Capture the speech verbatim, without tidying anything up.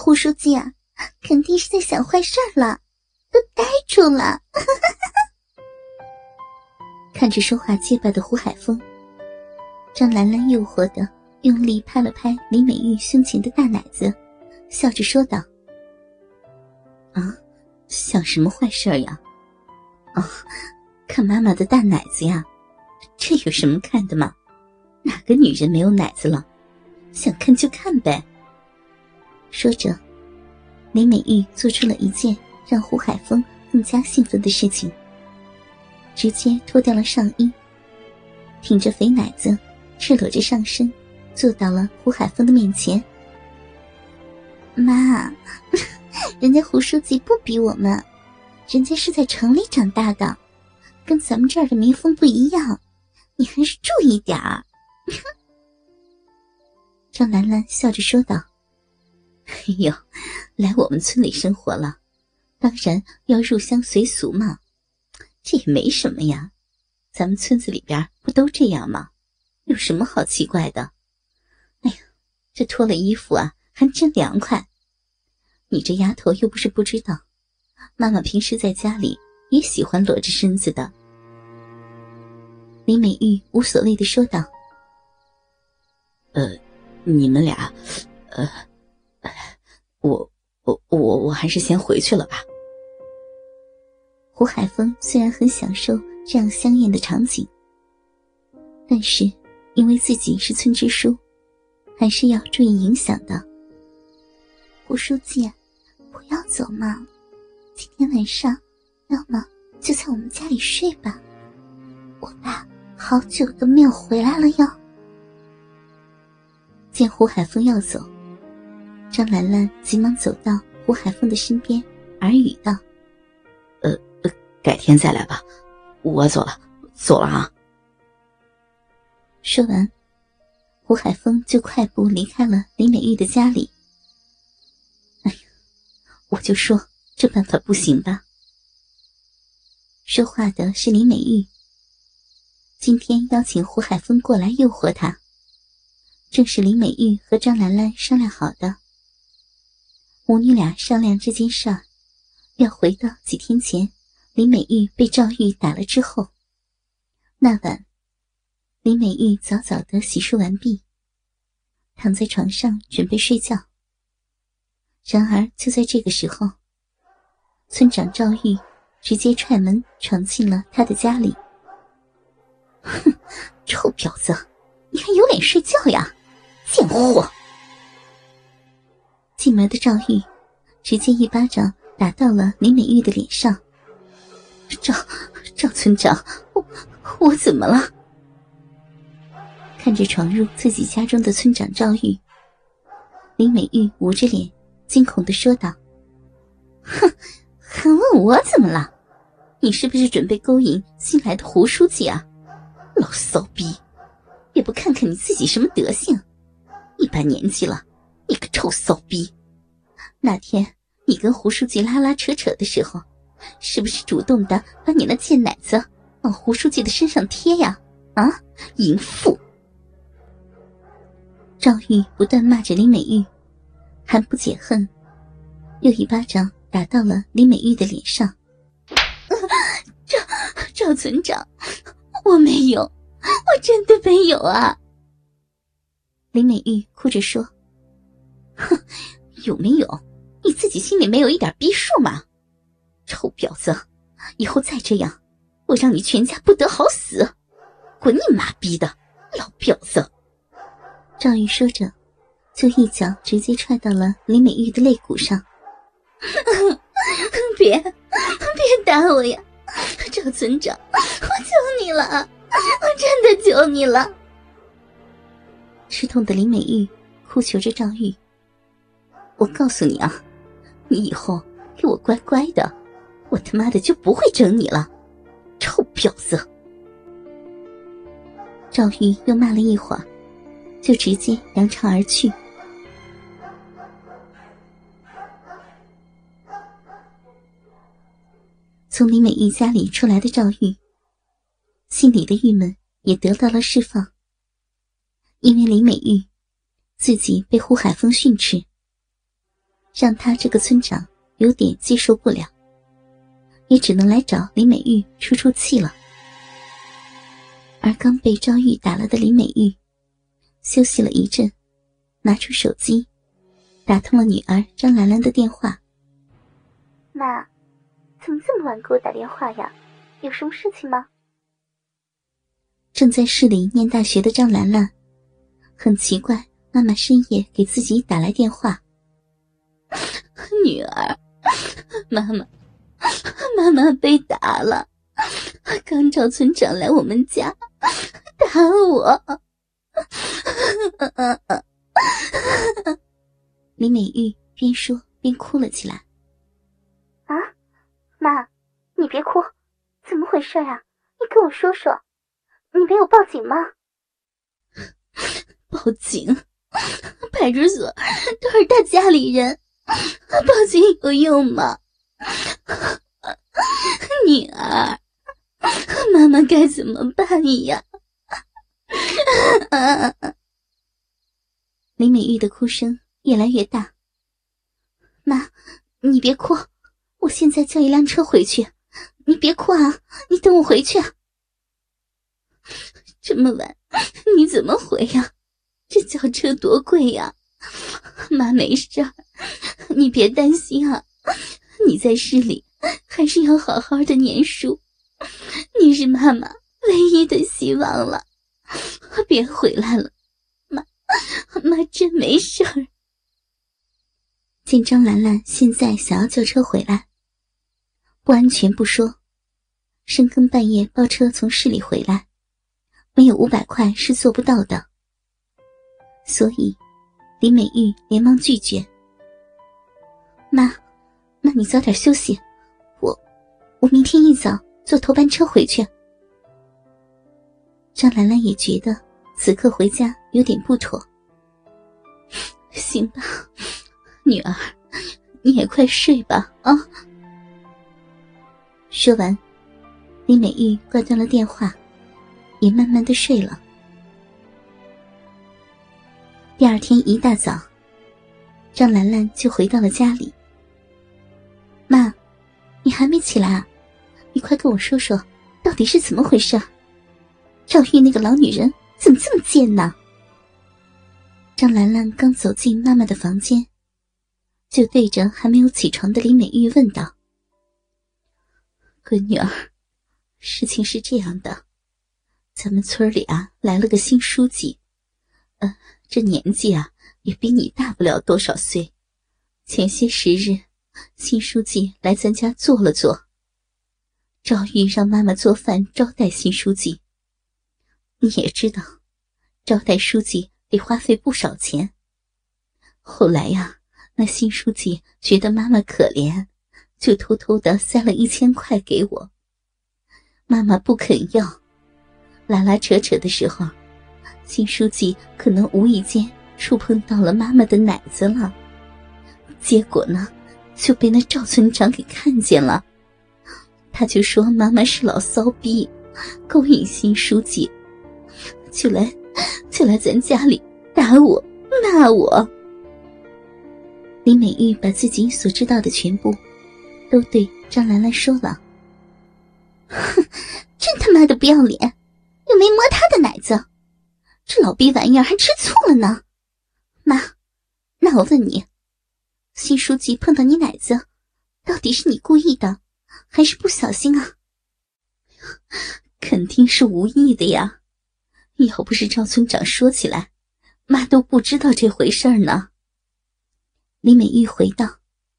胡书记啊，肯定是在想坏事儿了，都呆住了。看着说话结巴的胡海峰，张兰兰诱惑的用力拍了拍李美玉胸前的大奶子，笑着说道：啊，想什么坏事儿呀？啊，看妈妈的大奶子呀，这有什么看的吗？哪个女人没有奶子了？想看就看呗。说着，李美玉做出了一件让胡海峰更加兴奋的事情，直接脱掉了上衣，挺着肥奶子，赤裸着上身，坐到了胡海峰的面前。妈，人家胡书记不比我们，人家是在城里长大的，跟咱们这儿的民风不一样，你还是注意点儿。张兰兰笑着说道：哎呦，来我们村里生活了，当然要入乡随俗嘛，这也没什么呀，咱们村子里边不都这样吗？有什么好奇怪的？哎呀，这脱了衣服啊还真凉快。你这丫头又不是不知道，妈妈平时在家里也喜欢裸着身子的。李美玉无所谓地说道： 呃你们俩呃我我我我还是先回去了吧。 胡海峰虽然很享受这样香艳的场景，但是因为自己是村支书，还是要注意影响的。胡书记，不要走嘛，今天晚上要么就在我们家里睡吧，我爸好久都没有回来了哟。见胡海峰要走，张兰兰急忙走到胡海峰的身边，耳语道： 呃改天再来吧，我走了走了啊。 说完，胡海峰就快步离开了李美玉的家里。哎呀，我就说这办法不行吧。说话的是李美玉，今天邀请胡海峰过来诱惑他，正是李美玉和张兰兰商量好的。母女俩商量这件事儿，要回到几天前李美玉被赵玉打了之后。那晚，李美玉早早地洗漱完毕，躺在床上准备睡觉。然而就在这个时候，村长赵玉直接踹门闯进了他的家里。哼，臭婊子，你还有脸睡觉呀，贱货！进门的赵玉直接一巴掌打到了李美玉的脸上。赵赵村长，我我怎么了？看着闯入自己家中的村长赵玉，李美玉捂着脸惊恐地说道：哼，还问我怎么了？你是不是准备勾引新来的胡书记啊？老骚逼，也不看看你自己什么德行，一把年纪了，你个臭骚逼！那天你跟胡书记拉拉扯扯的时候，是不是主动的把你那贱奶子往胡书记的身上贴呀？啊，淫妇！赵玉不断骂着李美玉，还不解恨，又一巴掌打到了李美玉的脸上。赵赵村长，我没有，我真的没有啊！李美玉哭着说：哼，有没有？你自己心里没有一点逼数吗？臭婊子，以后再这样，我让你全家不得好死！滚你妈逼的，老婊子！赵玉说着，就一脚直接踹到了李美玉的肋骨上。别，别打我呀！赵村长，我求你了，我真的求你了！吃痛的李美玉哭求着赵玉：我告诉你啊，你以后给我乖乖的，我他妈的就不会整你了，臭婊子！赵玉又骂了一会儿，就直接扬长而去。从李美玉家里出来的赵玉，心里的郁闷也得到了释放。因为李美玉自己被胡海峰训斥， 让他这个村长有点接受不了，也只能来找林美玉出出气了。而刚被赵玉打了的林美玉休息了一阵，拿出手机打通了女儿张兰兰的电话。 妈，怎么这么晚给我打电话呀？有什么事情吗？ 正在市里念大学的张兰兰很奇怪妈妈深夜给自己打来电话。 女儿，妈妈妈妈被打了，刚赵村长来我们家打我。 林美玉边说边哭了起来。 啊，妈，你别哭，怎么回事啊？你跟我说说，你没有报警吗？ 报警？派出所都是他家里人，报警有用吗？女儿，妈妈该怎么办呀？ 林美玉的哭声越来越大。妈，你别哭，我现在叫一辆车回去。你别哭啊，你等我回去啊。 这么晚你怎么回呀？这轿车多贵呀。妈没事儿，你别担心啊，你在市里还是要好好的念书，你是妈妈唯一的希望了，别回来了，妈妈真没事儿。 见张兰兰现在想要叫车回来，不安全不说，深更半夜包车从市里回来，没有五百块是做不到的。所以林美玉连忙拒绝。妈，那你早点休息，我我明天一早坐头班车回去。张兰兰也觉得此刻回家有点不妥。 行吧，女儿，你也快睡吧啊。 说完，林美玉挂断了电话，也慢慢的睡了。第二天一大早，张兰兰就回到了家里。妈，你还没起来啊？你快跟我说说，到底是怎么回事？赵玉那个老女人怎么这么贱呢？张兰兰刚走进妈妈的房间，就对着还没有起床的林美玉问道： 闺女儿，事情是这样的，咱们村里啊来了个新书记，呃，这年纪啊也比你大不了多少岁。前些时日，新书记来咱家坐了坐，赵玉让妈妈做饭招待新书记。你也知道，招待书记得花费不少钱。后来呀，那新书记觉得妈妈可怜，就偷偷地塞了一千块给我。妈妈不肯要，拉拉扯扯的时候，新书记可能无意间触碰到了妈妈的奶子了，结果呢，就被那赵村长给看见了。他就说妈妈是老骚逼，勾引新书记，就来就来咱家里打我骂我。 林美玉把自己所知道的全部都对张兰兰说了。 哼，真他妈的不要脸，又没摸他的奶子，这老逼玩意儿还吃醋了呢。妈，那我问你，新书记碰到你奶子，到底是你故意的还是不小心啊？ 肯定是无意的呀，要不是赵村长说起来，妈都不知道这回事儿呢。 林美玉回道。